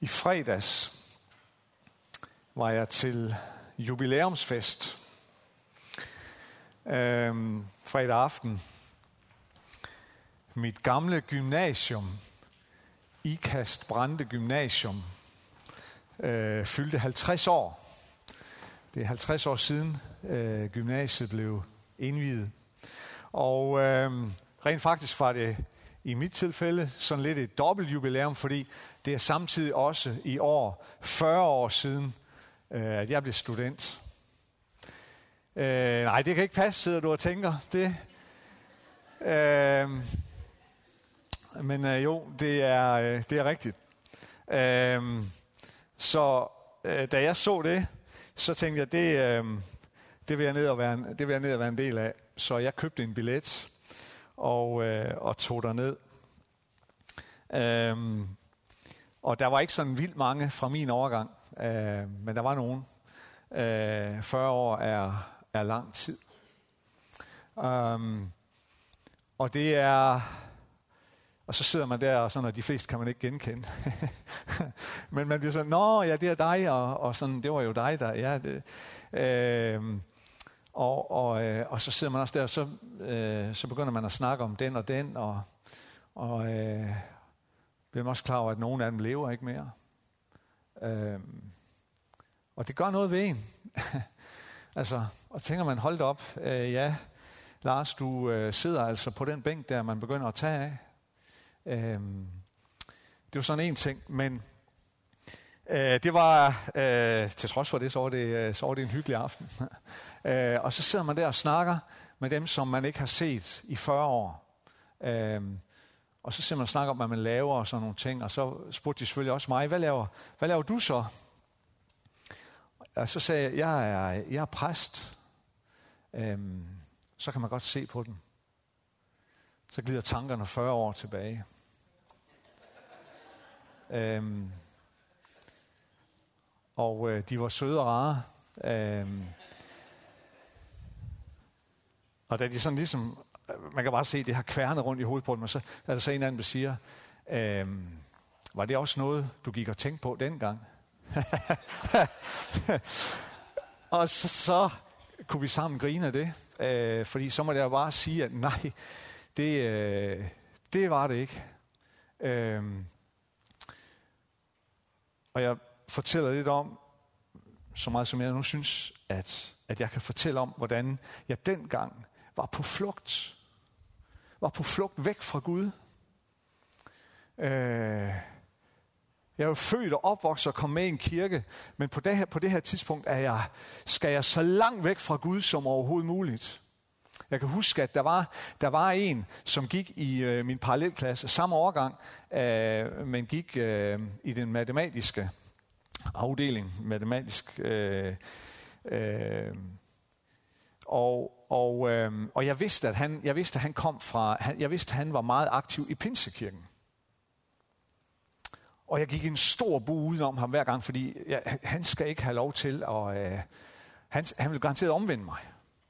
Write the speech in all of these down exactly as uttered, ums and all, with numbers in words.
I fredags var jeg til jubilæumsfest. Øhm, fredag aften. Mit gamle gymnasium, Ikast Brande Gymnasium, øh, fyldte halvtreds år. Det er halvtreds år siden øh, gymnasiet blev indviet. Og øh, rent faktisk var det i mit tilfælde sådan lidt et dobbelt jubilæum, fordi det er samtidig også i år fyrre år siden, øh, at jeg blev student. Øh, nej, det kan ikke passe, sidder du og tænker. Det, øh, men øh, jo, det er, øh, det er rigtigt. Øh, så øh, da jeg så det, så tænkte jeg, det, øh, det, vil jeg ned og være en, det vil jeg ned og være en del af. Så jeg købte en billet og, øh, og tog derned. Øh, og der var ikke sådan vildt mange fra min overgang, øh, men der var nogen. Øh, fyrre år er, er lang tid. Um, og det er... Og så sidder man der, og sådan, og de fleste kan man ikke genkende. Men man bliver sådan, nå, ja, det er dig, og, og sådan, det var jo dig, der... Ja, det, øh, og, og, øh, og så sidder man også der, og så, øh, så begynder man at snakke om den og den, og, og øh, bliver man også klar over, at nogle af dem lever ikke mere. Øh, og det gør noget ved en. Altså, og tænker man, hold op, øh, ja, Lars, du øh, sidder altså på den bænk der, man begynder at tage af. Øhm, det var sådan en ting, men øh, det var, øh, til trods for det, så var det, så var det en hyggelig aften. øh, og så sidder man der og snakker med dem, som man ikke har set i fyrre år. Øhm, og så sidder man og snakker om, hvad man laver og sådan nogle ting, og så spurgte de selvfølgelig også mig, hvad laver, hvad laver du så? Og så sagde jeg, jeg er, jeg er præst. Øhm, så kan man godt se på den. Så glider tankerne fyrre år tilbage. Øhm, og øh, de var søde og rare. Øhm, og da de sådan ligesom, man kan bare se, det har kværnet rundt i hovedet på dem, og så er der så en af dem, der siger, øhm, var det også noget, du gik og tænkte på dengang? Og så, så kunne vi sammen grine af det, øh, fordi så må jeg bare sige, at nej, det, øh, det var det ikke. Øh, og jeg fortæller lidt om, så meget som jeg nu synes, at, at jeg kan fortælle om, hvordan jeg dengang var på flugt. Var på flugt væk fra Gud. Øh, Jeg er jo født og opvokset og kom med i en kirke, men på det her, på det her tidspunkt er jeg, skal jeg så langt væk fra Gud som overhovedet muligt. Jeg kan huske, at der var, der var en, som gik i øh, min parallelklasse, samme årgang, øh, men gik øh, i den matematiske afdeling, matematisk, øh, øh, og, og, øh, og jeg vidste, at han, jeg vidste, at han kom fra, han, jeg vidste, at han var meget aktiv i Pinsekirken. Og jeg gik en stor bue udenom ham hver gang, fordi jeg, han skal ikke have lov til, og øh, han, han vil garanteret omvende mig.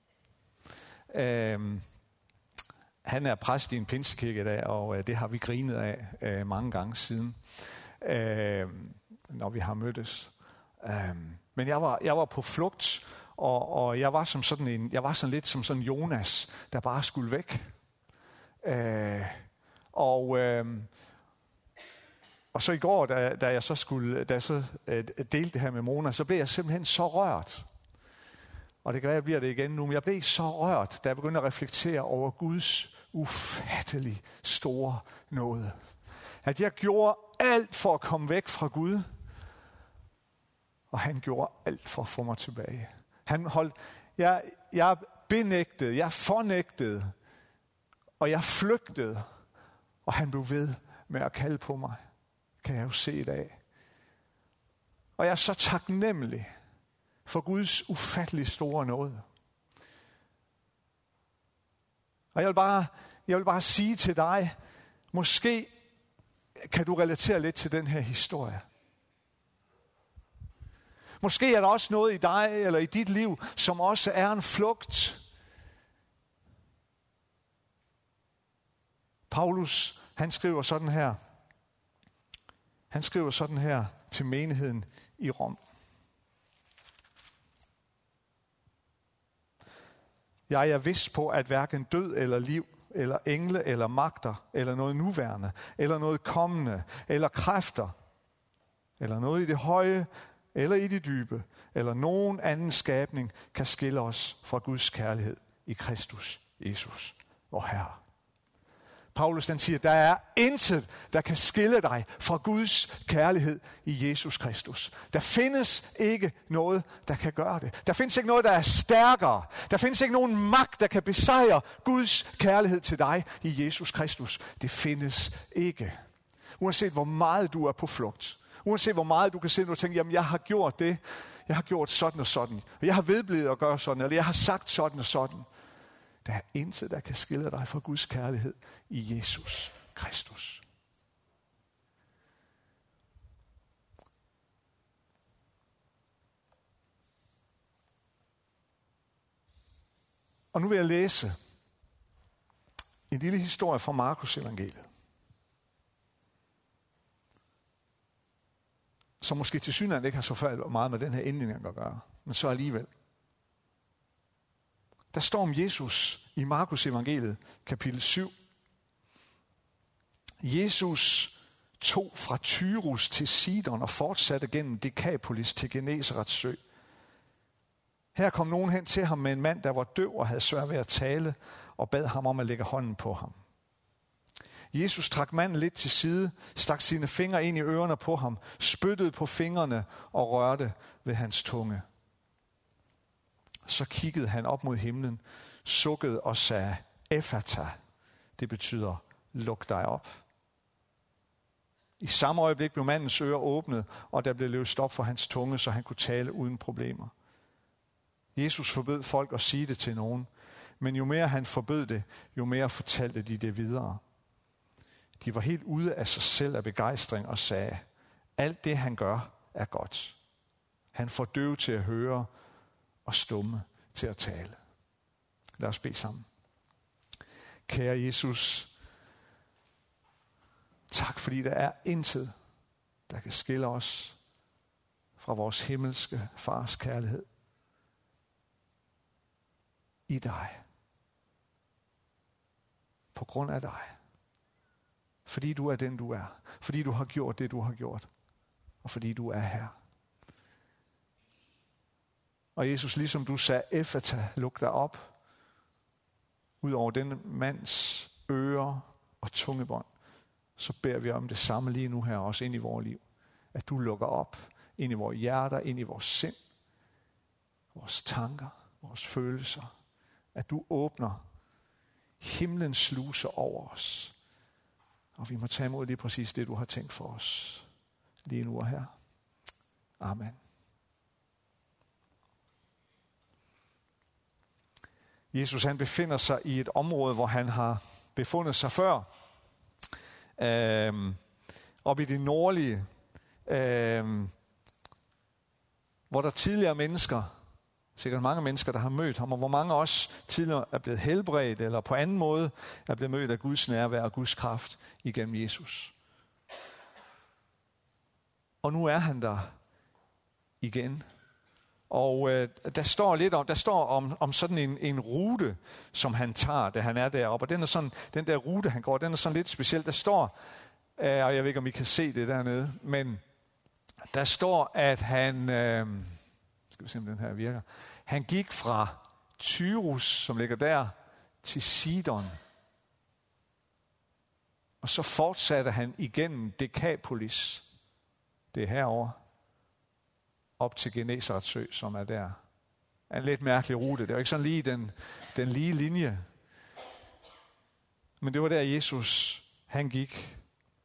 Øh, han er præst i en pinsekirke i dag, og øh, det har vi grinet af øh, mange gange siden, øh, når vi har mødtes. Øh, men jeg var, jeg var på flugt, og, og jeg var som sådan en, jeg var sådan lidt som sådan Jonas, der bare skulle væk. Øh, og øh, Og så i går, da, da jeg så skulle, da jeg så øh, delte det her med Mona, så blev jeg simpelthen så rørt. Og det kan være, jeg bliver det igen nu, men jeg blev så rørt, da jeg begyndte at reflektere over Guds ufattelig store nåde. At jeg gjorde alt for at komme væk fra Gud, og han gjorde alt for at få mig tilbage. Han holdt, jeg, jeg benægtede, jeg fornægtede, og jeg flygtede, og han blev ved med at kalde på mig. Kan jeg jo se i dag. Og jeg er så taknemmelig for Guds ufattelig store nåde. Og jeg vil bare, jeg vil bare sige til dig, måske kan du relatere lidt til den her historie. Måske er der også noget i dig eller i dit liv, som også er en flugt. Paulus, han skriver sådan her. Han skriver sådan her til menigheden i Rom. Jeg er vidst på, at hverken død eller liv, eller engle, eller magter, eller noget nuværende, eller noget kommende, eller kræfter, eller noget i det høje, eller i det dybe, eller nogen anden skabning, kan skille os fra Guds kærlighed i Kristus Jesus, vor Herre. Paulus den siger, der er intet, der kan skille dig fra Guds kærlighed i Jesus Kristus. Der findes ikke noget, der kan gøre det. Der findes ikke noget, der er stærkere. Der findes ikke nogen magt, der kan besejre Guds kærlighed til dig i Jesus Kristus. Det findes ikke. Uanset hvor meget du er på flugt. Uanset hvor meget du kan sidde og tænke, jamen jeg har gjort det. Jeg har gjort sådan og sådan. Og jeg har vedblevet at gøre sådan. Eller jeg har sagt sådan og sådan. Der er intet, der kan skille dig fra Guds kærlighed i Jesus Kristus. Og nu vil jeg læse en lille historie fra Markus evangeliet, som måske til synligheden ikke har så forfærdeligt meget med den her indledning at gøre, men så alligevel. Der står om Jesus i Markus evangeliet, kapitel syv. Jesus tog fra Tyrus til Sidon og fortsatte gennem Dekapolis til Genesarets sø. Her kom nogen hen til ham med en mand, der var døv og havde svært ved at tale, og bad ham om at lægge hånden på ham. Jesus trak manden lidt til side, stak sine fingre ind i ørerne på ham, spyttede på fingrene og rørte ved hans tunge. Så kiggede han op mod himlen, sukkede og sagde, Ephata, det betyder, luk dig op. I samme øjeblik blev mandens ører åbnet, og der blev løst op for hans tunge, så han kunne tale uden problemer. Jesus forbød folk at sige det til nogen, men jo mere han forbød det, jo mere fortalte de det videre. De var helt ude af sig selv af begejstring og sagde, alt det han gør er godt. Han får døve til at høre og stumme til at tale. Lad os bede sammen. Kære Jesus, tak fordi der er intet, der kan skille os fra vores himmelske fars kærlighed i dig. På grund af dig. Fordi du er den du er. Fordi du har gjort det du har gjort. Og fordi du er her. Og Jesus, ligesom du sagde, Ephata, luk dig op, ud over den mands ører og tungebånd, så beder vi om det samme lige nu her, også ind i vores liv. At du lukker op, ind i vores hjerter, ind i vores sind, vores tanker, vores følelser. At du åbner himlens sluse over os. Og vi må tage imod lige præcis det, du har tænkt for os. Lige nu og her. Amen. Jesus han befinder sig i et område, hvor han har befundet sig før. Øhm, oppe i det nordlige. Øhm, hvor der tidligere mennesker, sikkert mange mennesker, der har mødt ham, og hvor mange også tidligere er blevet helbredt, eller på anden måde er blevet mødt af Guds nærvær og Guds kraft igennem Jesus. Og nu er han der igen. Og øh, der står lidt om, der står om, om sådan en, en rute, som han tager, da han er deroppe. Og den er sådan, den der rute, han går, den er sådan lidt speciel. Der står, øh, og jeg ved ikke, om I kan se det dernede, men der står, at han, øh, skal vi se, om den her virker, han gik fra Tyrus, som ligger der, til Sidon. Og så fortsatte han igennem Dekapolis, det er herovre, op til Genesarets sø, som er der. En lidt mærkelig rute. Det er jo ikke sådan lige den, den lige linje. Men det var der, Jesus, han gik.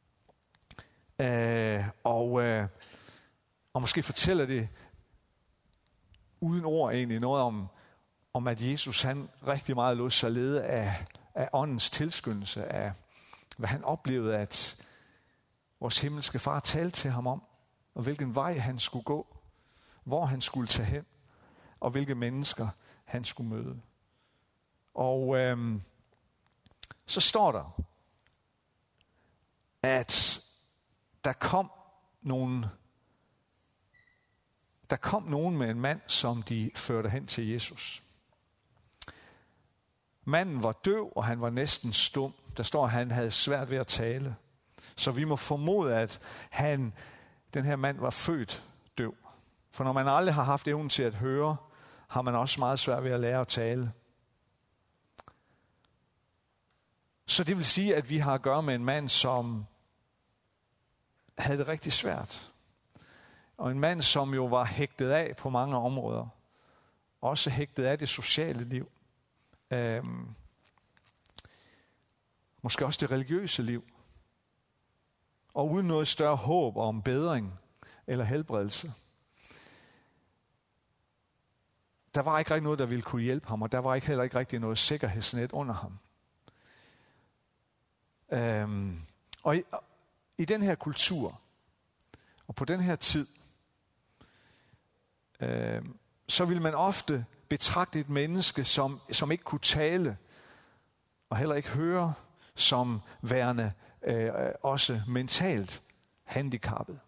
Øh, og, øh, og måske fortæller det uden ord egentlig noget om, om at Jesus, han rigtig meget lod sig lede af, af åndens tilskyndelse, af hvad han oplevede, at vores himmelske far talte til ham om, og hvilken vej han skulle gå, hvor han skulle tage hen, og hvilke mennesker han skulle møde. Og øhm, så står der, at der kom nogle der kom nogen med en mand, som de førte hen til Jesus. Manden var døv, og han var næsten stum. Der står, at han havde svært ved at tale. Så vi må formode, at han, den her mand var født døv. For når man aldrig har haft evnen til at høre, har man også meget svært ved at lære at tale. Så det vil sige, at vi har at gøre med en mand, som havde det rigtig svært. Og en mand, som jo var hægtet af på mange områder. Også hægtet af det sociale liv. Øhm, måske også det religiøse liv. Og uden noget større håb om bedring eller helbredelse. Der var ikke rigtig noget, der ville kunne hjælpe ham, og der var ikke heller ikke rigtig noget sikkerhedsnet under ham. Øhm, og i, i den her kultur, og på den her tid, øhm, så ville man ofte betragte et menneske, som, som ikke kunne tale, og heller ikke høre, som værende øh, også mentalt handicappet.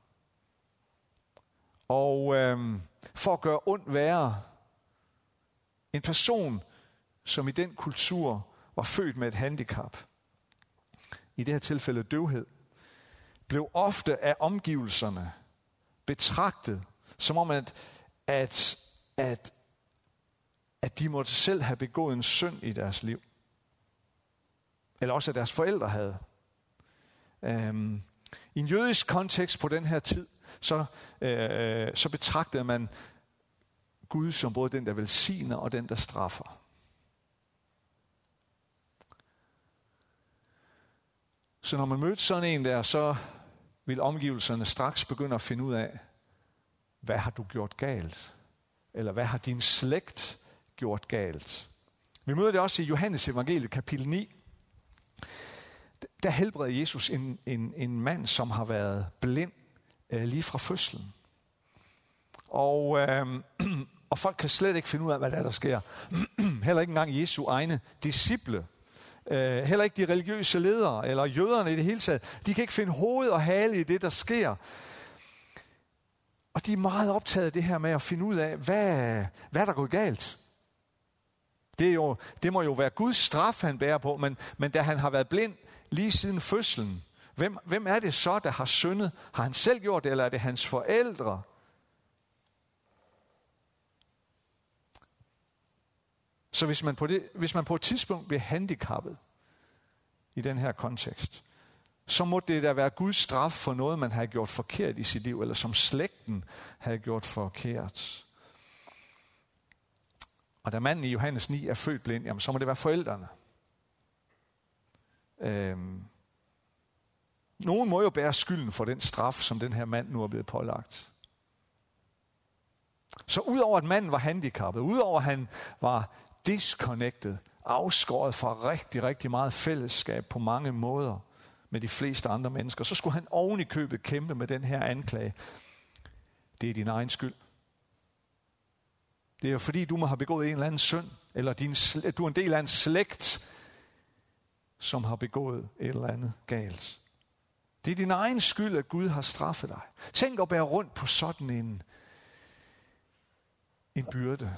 Og øh, for at gøre ondt værre, en person, som i den kultur var født med et handicap, i det her tilfælde døvhed, blev ofte af omgivelserne betragtet, som om at, at, at, at de måtte selv have begået en synd i deres liv. Eller også at deres forældre havde. Øhm, I en jødisk kontekst på den her tid, så, øh, så betragtede man Gud som både den, der velsigner og den, der straffer. Så når man mødte sådan en der, så vil omgivelserne straks begynde at finde ud af, hvad har du gjort galt? Eller hvad har din slægt gjort galt? Vi møder det også i Johannes evangeliet kapitel ni. Der helbreder Jesus en, en, en mand, som har været blind øh, lige fra fødslen. Og, øh, og folk kan slet ikke finde ud af, hvad der, er, der sker. Heller ikke engang Jesu egne disciple. Øh, heller ikke de religiøse ledere, eller jøderne i det hele taget. De kan ikke finde hoved og hale i det, der sker. Og de er meget optaget af det her med at finde ud af, hvad, hvad er der gået galt? Det, er jo, det må jo være Guds straf, han bærer på, men, men da han har været blind lige siden fødslen, hvem, hvem er det så, der har syndet? Har han selv gjort det, eller er det hans forældre? Så hvis man på, det, hvis man på et tidspunkt bliver handicappet i den her kontekst, så må det da være Guds straf for noget, man har gjort forkert i sit liv, eller som slægten havde gjort forkert. Og da manden i Johannes ni er født blind, jamen, så må det være forældrene. Øhm. Nogen må jo bære skylden for den straf, som den her mand nu er blevet pålagt. Så udover at manden var handicappet, udover at han var disconnected, afskåret fra rigtig, rigtig meget fællesskab på mange måder med de fleste andre mennesker, så skulle han oven i købet kæmpe med den her anklage. Det er din egen skyld. Det er jo fordi, du må have begået en eller anden synd, eller din, du er en del af en slægt, som har begået et eller andet galt. Det er din egen skyld, at Gud har straffet dig. Tænk at bære rundt på sådan en, en byrde.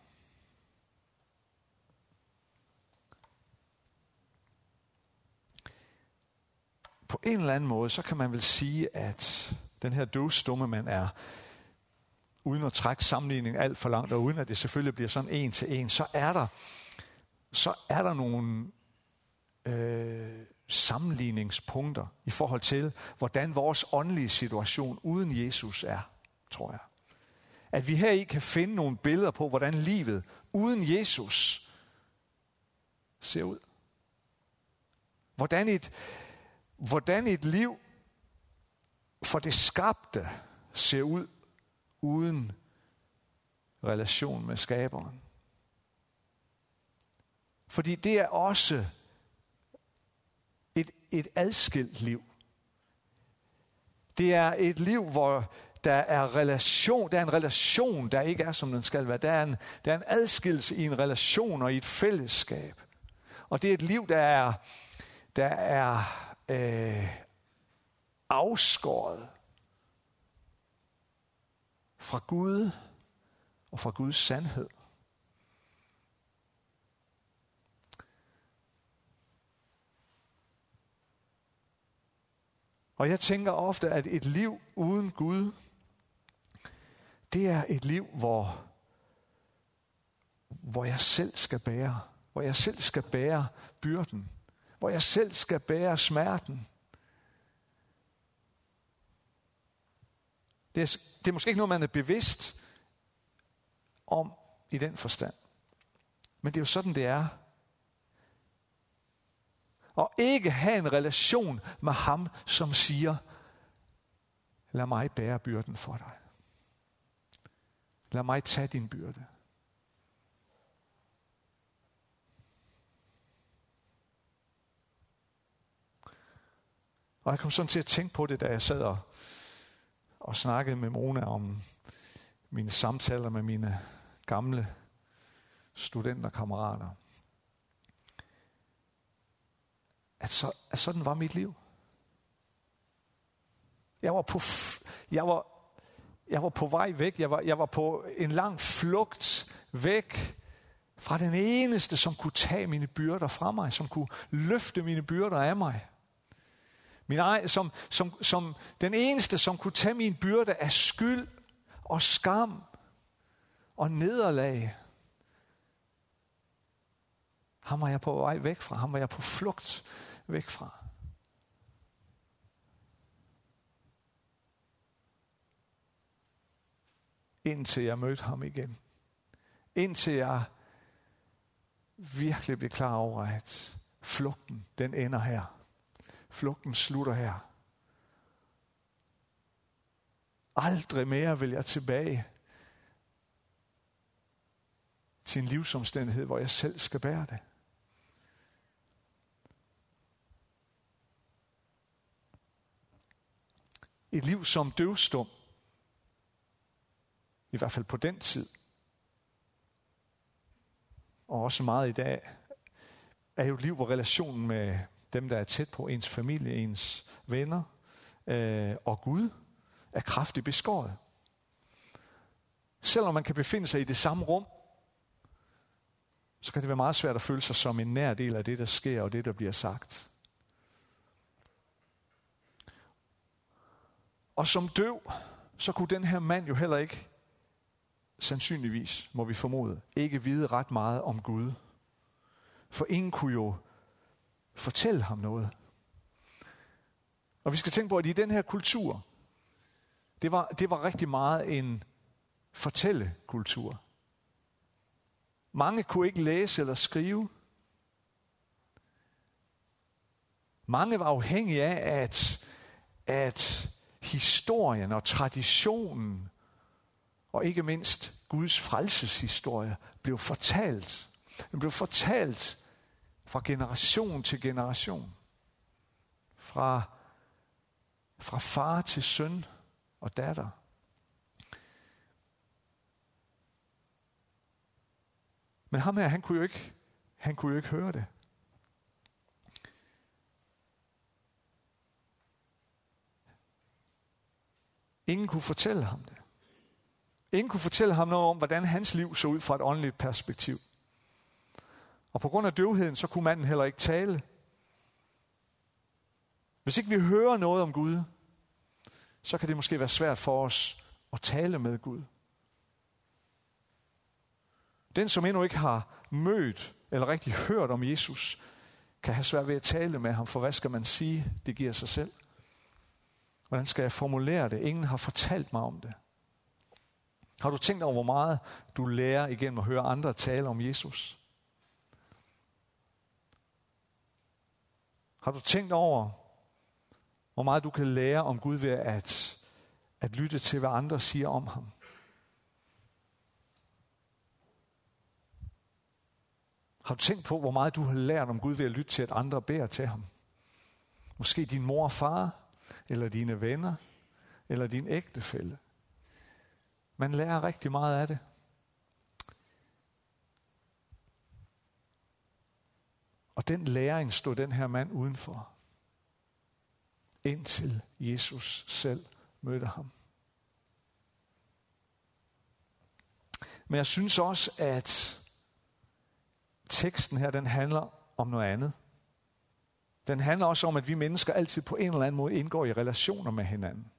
På en eller anden måde, så kan man vel sige, at den her døvstumme mand er, uden at trække sammenligningen alt for langt, og uden at det selvfølgelig bliver sådan en til en, så er der, så er der nogle øh, sammenligningspunkter i forhold til, hvordan vores åndelige situation uden Jesus er, tror jeg. At vi her i kan finde nogle billeder på, hvordan livet uden Jesus ser ud. Hvordan et, hvordan et liv for det skabte ser ud uden relation med skaberen. Fordi det er også et, et adskilt liv. Det er et liv, hvor der er relation, der er en relation, der ikke er, som den skal være. Der er en, der er en adskillelse i en relation og i et fællesskab. Og det er et liv, der er, der er øh, afskåret fra Gud og fra Guds sandhed. Og jeg tænker ofte, at et liv uden Gud, det er et liv, hvor, hvor jeg selv skal bære. Hvor jeg selv skal bære byrden. Hvor jeg selv skal bære smerten. Det er, det er måske ikke noget, man er bevidst om i den forstand. Men det er jo sådan, det er. Og ikke have en relation med ham, som siger, lad mig bære byrden for dig. Lad mig tage din byrde. Og jeg kom sådan til at tænke på det, da jeg sad og, og snakkede med Mona om mine samtaler med mine gamle studenterkammerater. At, så, at sådan var mit liv. Jeg var på, f- jeg var, jeg var på vej væk. Jeg var, jeg var på en lang flugt væk fra den eneste, som kunne tage mine byrder fra mig, som kunne løfte mine byrder af mig. Min egen, som, som, som den eneste, som kunne tage min byrde af skyld og skam og nederlag. Ham var jeg på vej væk fra. Ham var jeg på flugt væk fra. Indtil jeg mødte ham igen. Indtil jeg virkelig blev klar over, at flugten, den ender her. Flugten slutter her. Aldrig mere vil jeg tilbage til en livsomstændighed, hvor jeg selv skal bære det. Et liv som døvstum, i hvert fald på den tid, og også meget i dag, er jo et liv, hvor relationen med dem, der er tæt på, ens familie, ens venner øh, og Gud, er kraftigt beskåret. Selvom man kan befinde sig i det samme rum, så kan det være meget svært at føle sig som en nær del af det, der sker og det, der bliver sagt. Og som døv, så kunne den her mand jo heller ikke, sandsynligvis må vi formode, ikke vide ret meget om Gud. For ingen kunne jo fortælle ham noget. Og vi skal tænke på, at i den her kultur, det var, det var rigtig meget en fortællekultur. Mange kunne ikke læse eller skrive. Mange var afhængige af, at, at historien og traditionen, og ikke mindst Guds frelseshistorie, blev fortalt. Den blev fortalt fra generation til generation. Fra, fra far til søn og datter. Men ham her, han kunne jo ikke, han kunne jo ikke høre det. Ingen kunne fortælle ham det. Ingen kunne fortælle ham noget om, hvordan hans liv så ud fra et åndeligt perspektiv. Og på grund af døvheden, så kunne manden heller ikke tale. Hvis ikke vi hører noget om Gud, så kan det måske være svært for os at tale med Gud. Den, som endnu ikke har mødt eller rigtig hørt om Jesus, kan have svært ved at tale med ham, for hvad skal man sige? Det giver sig selv. Hvordan skal jeg formulere det? Ingen har fortalt mig om det. Har du tænkt over, hvor meget du lærer igennem at høre andre tale om Jesus? Har du tænkt over, hvor meget du kan lære om Gud ved at, at lytte til, hvad andre siger om ham? Har du tænkt på, hvor meget du har lært om Gud ved at lytte til, at andre beder til ham? Måske din mor og far, eller dine venner, eller din ægtefælle. Man lærer rigtig meget af det. Og den læring stod den her mand udenfor, indtil Jesus selv mødte ham. Men jeg synes også, at teksten her, den handler om noget andet. Den handler også om, at vi mennesker altid på en eller anden måde indgår i relationer med hinanden.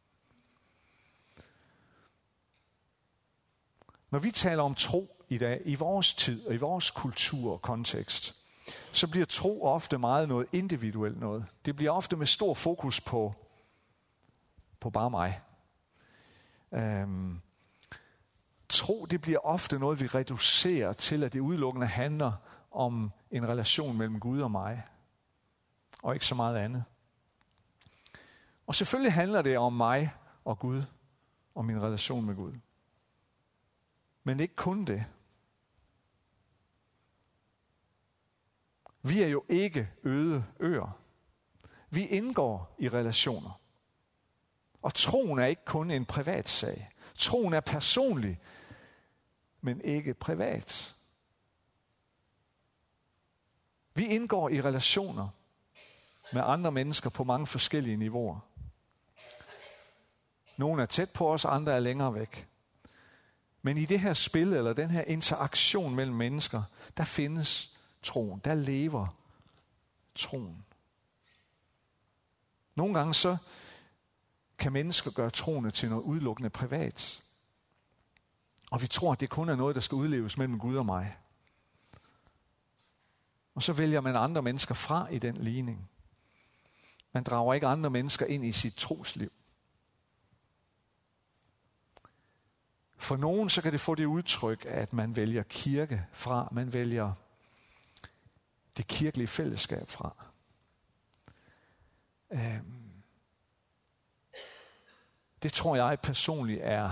Når vi taler om tro i dag, i vores tid og i vores kultur og kontekst, så bliver tro ofte meget noget individuelt noget. Det bliver ofte med stor fokus på, på bare mig. Øhm, tro, det bliver ofte noget, vi reducerer til, at det udelukkende handler om en relation mellem Gud og mig, og ikke så meget andet. Og selvfølgelig handler det om mig og Gud, og min relation med Gud. Men ikke kun det. Vi er jo ikke øde øer. Vi indgår i relationer. Og troen er ikke kun en privat sag. Troen er personlig, men ikke privat. Vi indgår i relationer med andre mennesker på mange forskellige niveauer. Nogle er tæt på os, andre er længere væk. Men i det her spil, eller den her interaktion mellem mennesker, der findes troen. Der lever troen. Nogle gange så kan mennesker gøre troen til noget udelukkende privat. Og vi tror, at det kun er noget, der skal udleves mellem Gud og mig. Og så vælger man andre mennesker fra i den ligning. Man drager ikke andre mennesker ind i sit trosliv. For nogen så kan det få det udtryk, at man vælger kirke fra, man vælger det kirkelige fællesskab fra. Øhm. Det tror jeg personligt er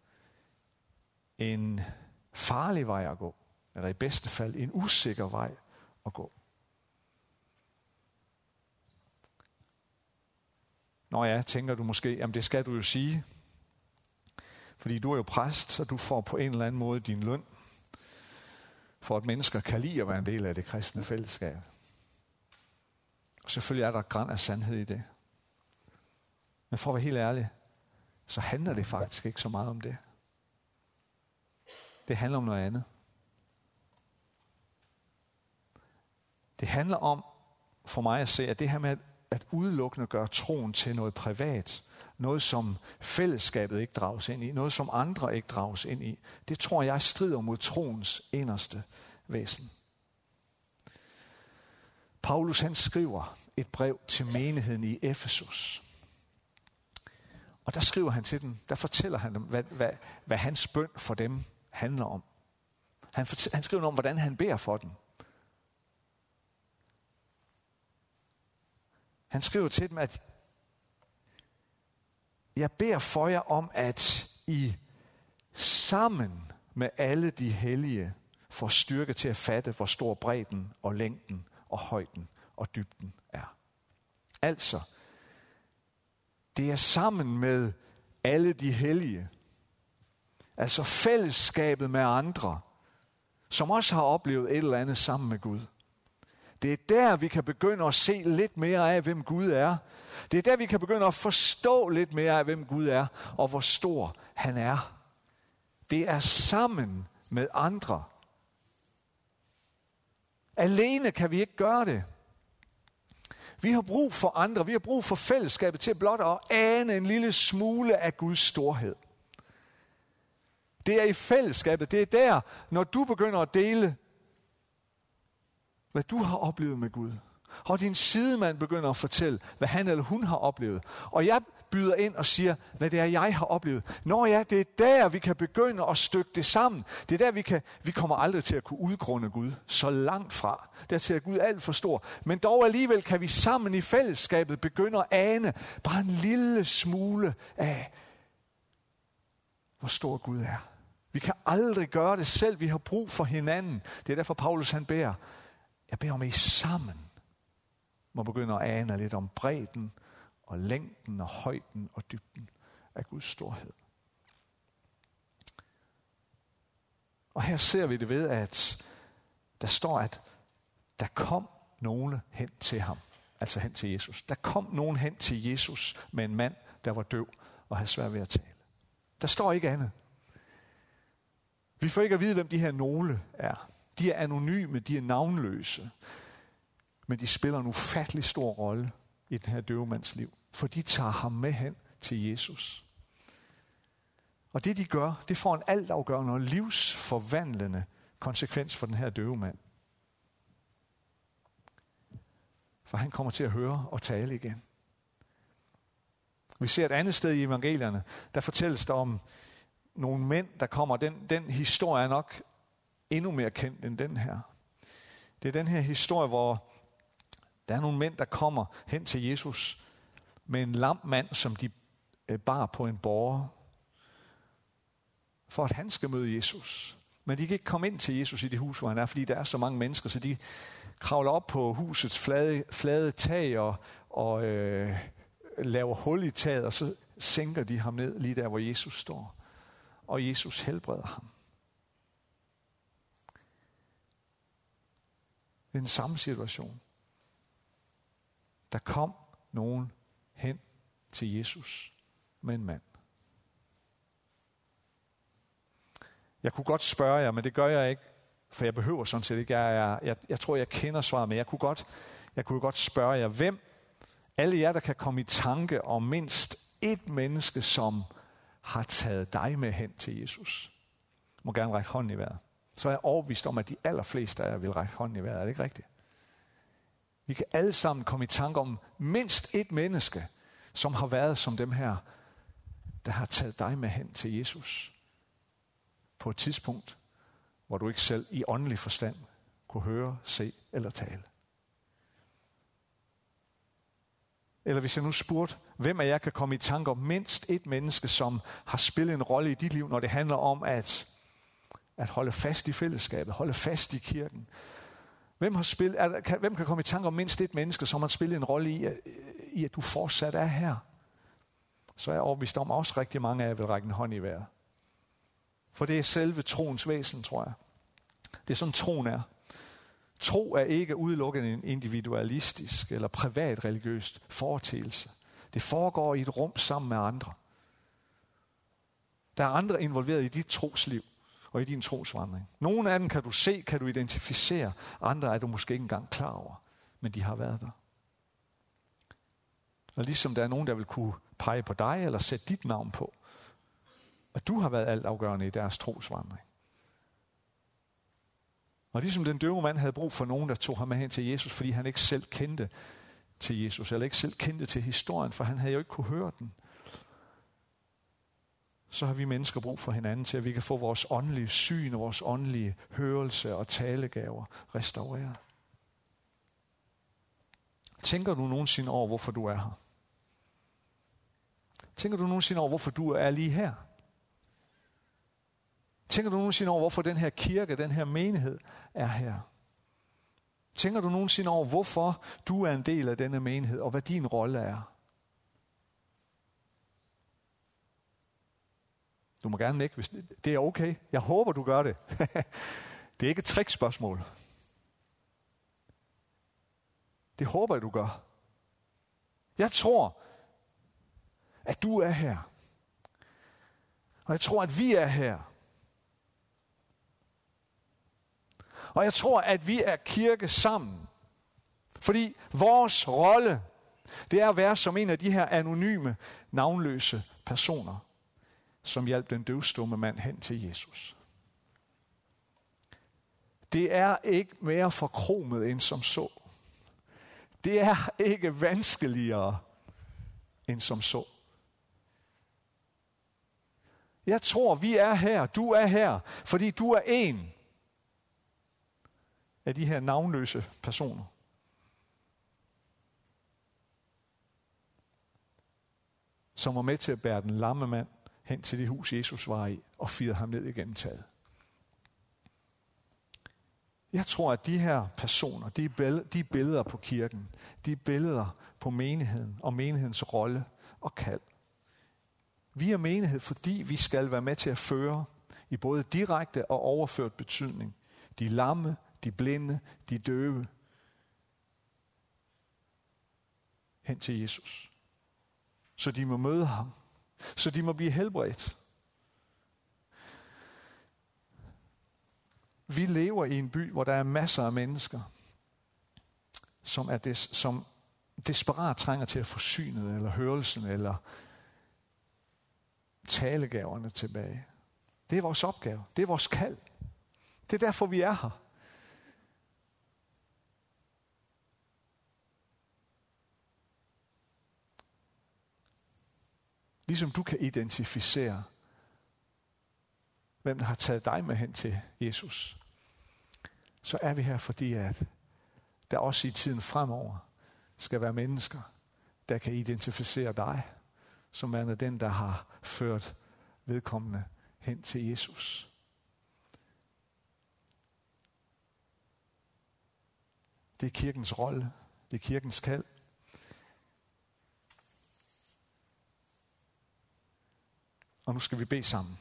en farlig vej at gå, eller i bedste fald en usikker vej at gå. Nå ja, tænker du måske, jamen det skal du jo sige, fordi du er jo præst, så du får på en eller anden måde din løn, for at mennesker kan lide at være en del af det kristne fællesskab. Og selvfølgelig er der græn af sandhed i det. Men for at være helt ærlig, så handler det faktisk ikke så meget om det. Det handler om noget andet. Det handler om, for mig at se, at det her med at udelukkende gøre troen til noget privat, noget som fællesskabet ikke drages ind i, noget som andre ikke drages ind i, det tror jeg strider mod troens inderste væsen. Paulus han skriver et brev til menigheden i Efesus. Og der skriver han til dem, der fortæller han dem, hvad, hvad, hvad hans bøn for dem handler om. Han, fortæller, han skriver om, hvordan han beder for dem. Han skriver til dem, at jeg beder for jer om, at I sammen med alle de hellige får styrke til at fatte, hvor stor bredden og længden og højden og dybden er. Altså, det er sammen med alle de hellige, altså fællesskabet med andre, som også har oplevet et eller andet sammen med Gud. Det er der, vi kan begynde at se lidt mere af, hvem Gud er. Det er der, vi kan begynde at forstå lidt mere af, hvem Gud er, og hvor stor han er. Det er sammen med andre. Alene kan vi ikke gøre det. Vi har brug for andre, vi har brug for fællesskabet til blot at ane en lille smule af Guds storhed. Det er i fællesskabet, det er der, når du begynder at dele, hvad du har oplevet med Gud. Og din sidemand begynder at fortælle, hvad han eller hun har oplevet. Og jeg byder ind og siger, hvad det er, jeg har oplevet. Nå ja, det er der, vi kan begynde at stykke det sammen. Det er der, vi kan, vi kommer aldrig til at kunne udgrunde Gud så langt fra. Dertil er Gud alt for stor. Men dog alligevel kan vi sammen i fællesskabet begynde at ane bare en lille smule af, hvor stor Gud er. Vi kan aldrig gøre det selv. Vi har brug for hinanden. Det er derfor Paulus han beder. Jeg beder om, at I sammen må begynde at ane lidt om bredden og længden og højden og dybden af Guds storhed. Og her ser vi det ved, at der står, at der kom nogen hen til ham, altså hen til Jesus. Der kom nogen hen til Jesus med en mand, der var døv og havde svært ved at tale. Der står ikke andet. Vi får ikke at vide, hvem de her nogle er. De er anonyme, de er navnløse. Men de spiller en ufattelig stor rolle i den her døvemands liv. For de tager ham med hen til Jesus. Og det de gør, det får en altafgørende og livsforvandlende konsekvens for den her døvemand. For han kommer til at høre og tale igen. Vi ser et andet sted i evangelierne, der fortælles der om nogle mænd, der kommer. Den, den historie er nok endnu mere kendt end den her. Det er den her historie, hvor der er nogle mænd, der kommer hen til Jesus med en lam mand, som de bar på en båre, for at han skal møde Jesus. Men de kan ikke komme ind til Jesus i det hus, hvor han er, fordi der er så mange mennesker, så de kravler op på husets flade, flade tag og, og øh, laver hul i taget, og så sænker de ham ned lige der, hvor Jesus står. Og Jesus helbreder ham. Det er den samme situation. Der kom nogen hen til Jesus med en mand. Jeg kunne godt spørge jer, men det gør jeg ikke, for jeg behøver sådan set ikke. Jeg, jeg, jeg, jeg tror, jeg kender svaret, men jeg kunne, godt, jeg kunne godt spørge jer, hvem, alle jer, der kan komme i tanke om mindst et menneske, som har taget dig med hen til Jesus, må gerne række hånden i vejret. Så er jeg overbevist om, at de allerfleste af jer vil række hånden i vejret. Er det ikke rigtigt? Vi kan alle sammen komme i tanke om mindst et menneske, som har været som dem her, der har taget dig med hen til Jesus. På et tidspunkt, hvor du ikke selv i åndelig forstand kunne høre, se eller tale. Eller hvis jeg nu spurgte, hvem af jer kan komme i tanke om mindst et menneske, som har spillet en rolle i dit liv, når det handler om at, at holde fast i fællesskabet, holde fast i kirken. Hvem, har spillet, er, kan, hvem kan komme i tanke om mindst et menneske, som har spillet en rolle i, i, at du fortsat er her? Så er jeg overbevist om, også rigtig mange af jer vil række en hånd i vejret. For det er selve troens væsen, tror jeg. Det er sådan, troen er. Tro er ikke udelukkende en individualistisk eller privat religiøst foreteelse. Det foregår i et rum sammen med andre. Der er andre involveret i dit trosliv og i din trosvandring. Nogle af dem kan du se, kan du identificere. Andre er du måske ikke engang klar over, men de har været der. Og ligesom der er nogen, der vil kunne pege på dig eller sætte dit navn på, at du har været altafgørende i deres trosvandring. Og ligesom den døve mand havde brug for nogen, der tog ham med hen til Jesus, fordi han ikke selv kendte til Jesus, eller ikke selv kendte til historien, for han havde jo ikke kunne høre den. Så har vi mennesker brug for hinanden til, at vi kan få vores åndelige syn og vores åndelige hørelse og talegaver restaureret. Tænker du nogensinde over, hvorfor du er her? Tænker du nogensinde over, hvorfor du er lige her? Tænker du nogensinde over, hvorfor den her kirke, den her menighed er her? Tænker du nogensinde over, hvorfor du er en del af denne menighed, og hvad din rolle er? Du må gerne nikke, hvis det er okay. Jeg håber, du gør det. Det er ikke et trickspørgsmål. Det håber jeg, du gør. Jeg tror, at du er her. Og jeg tror, at vi er her. Og jeg tror, at vi er kirke sammen. Fordi vores rolle, det er at være som en af de her anonyme, navnløse personer, som hjalp den døvstumme mand hen til Jesus. Det er ikke mere forkromet end som så. Det er ikke vanskeligere end som så. Jeg tror, vi er her, du er her, fordi du er en af de her navnløse personer. Som var med til at bære den lamme mand hen til det hus, Jesus var i, og firede ham ned igennem taget. Jeg tror, at de her personer, de er billeder på kirken, de er billeder på menigheden og menighedens rolle og kald. Vi er menighed, fordi vi skal være med til at føre i både direkte og overført betydning de lamme, de blinde, de døve hen til Jesus. Så de må møde ham. Så de må blive helbredt. Vi lever i en by, hvor der er masser af mennesker, som, er des, som desperat trænger til at få synet, eller hørelsen, eller talegaverne tilbage. Det er vores opgave. Det er vores kald. Det er derfor, vi er her. Ligesom du kan identificere, hvem der har taget dig med hen til Jesus, så er vi her, fordi at der også i tiden fremover skal være mennesker, der kan identificere dig, som er den, der har ført vedkommende hen til Jesus. Det er kirkens rolle. Det er kirkens kald. Og nu skal vi bede sammen.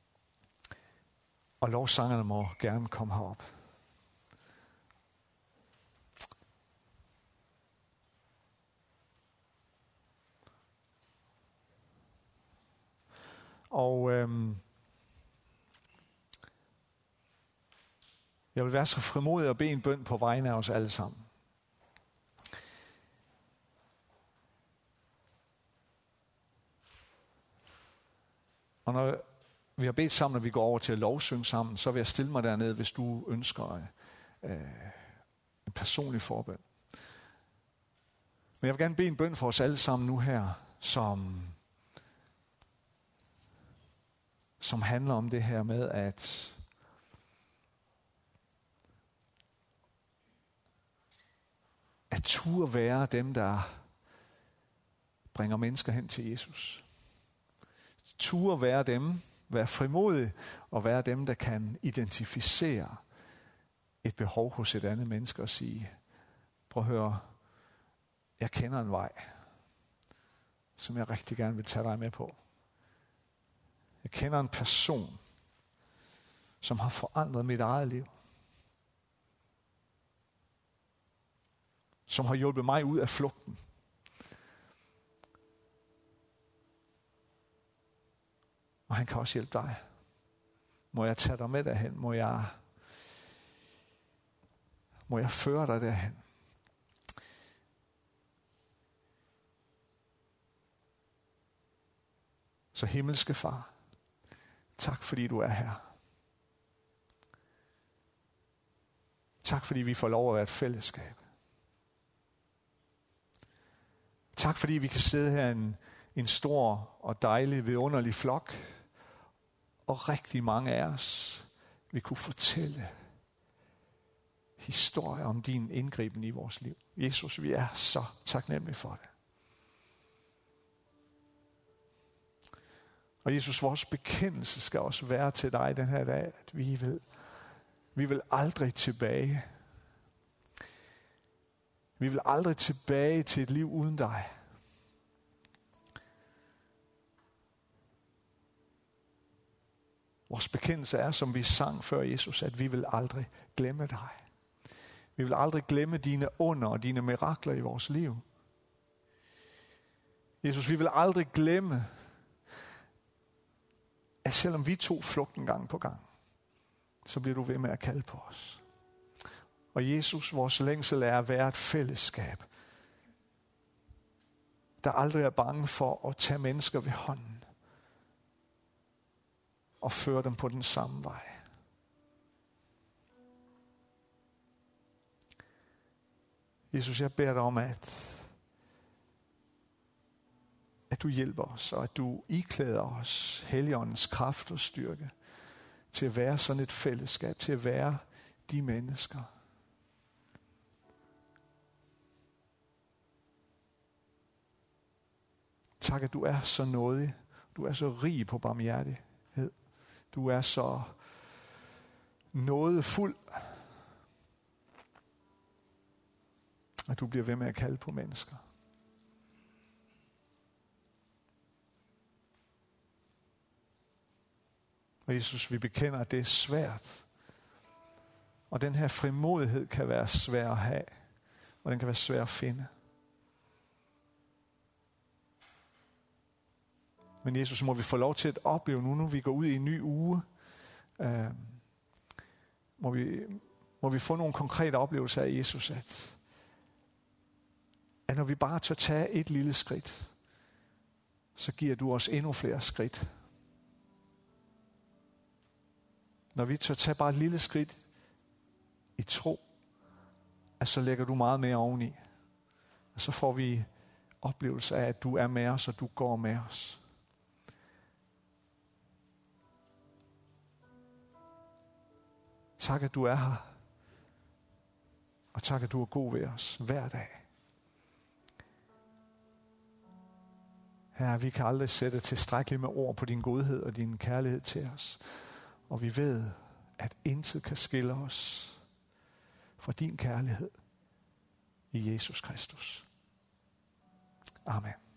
Og lovsangerne må gerne komme herop. Og øhm, jeg vil være så frimodig at bede en bøn på vegne af os alle sammen. Og når vi har bedt sammen, og vi går over til at lovsynge sammen, så vil jeg stille mig dernede, hvis du ønsker øh, en personlig forbøn. Men jeg vil gerne bede en bøn for os alle sammen nu her, som, som handler om det her med, at at turde være dem, der bringer mennesker hen til Jesus. Turde være dem, være frimodig og være dem, der kan identificere et behov hos et andet menneske og sige, prøv at høre, jeg kender en vej, som jeg rigtig gerne vil tage dig med på. Jeg kender en person, som har forandret mit eget liv. Som har hjulpet mig ud af flugten. Og han kan også hjælpe dig. Må jeg tage dig med derhen? Må jeg, må jeg føre dig derhen? Så himmelske Far, tak fordi du er her. Tak fordi vi får lov at være et fællesskab. Tak fordi vi kan sidde her en, en stor og dejlig, vidunderlig flok, og rigtig mange af os vil kunne fortælle historier om din indgriben i vores liv. Jesus, vi er så taknemmelige for det. Og Jesus, vores bekendelse skal også være til dig den her dag, at vi vil, vi vil aldrig tilbage. Vi vil aldrig tilbage til et liv uden dig. Vores bekendelse er, som vi sang før Jesus, at vi vil aldrig glemme dig. Vi vil aldrig glemme dine under og dine mirakler i vores liv. Jesus, vi vil aldrig glemme, at selvom vi tog flugten gang på gang, så bliver du ved med at kalde på os. Og Jesus, vores længsel er at være et fællesskab, der aldrig er bange for at tage mennesker ved hånden og føre dem på den samme vej. Jesus, jeg beder dig om, at, at du hjælper os, og at du iklæder os Helligåndens kraft og styrke til at være sådan et fællesskab, til at være de mennesker. Tak, at du er så nådig. Du er så rig på barmhjertighed. Du er så nådefuld, at du bliver ved med at kalde på mennesker. Og Jesus, vi bekender, at det er svært. Og den her frimodighed kan være svær at have. Og den kan være svær at finde. Men Jesus, må vi få lov til at opleve nu, når vi går ud i en ny uge, øh, må vi, må vi få nogle konkrete oplevelser af Jesus, at, at når vi bare tør tage et lille skridt, så giver du os endnu flere skridt. Når vi tør tage bare et lille skridt i tro, at så lægger du meget mere oveni. Og så får vi oplevelse af, at du er med os, og du går med os. Tak, at du er her. Og tak, at du er god ved os hver dag. Herre, vi kan aldrig sætte tilstrækkeligt med ord på din godhed og din kærlighed til os. Og vi ved, at intet kan skille os fra din kærlighed i Jesus Kristus. Amen.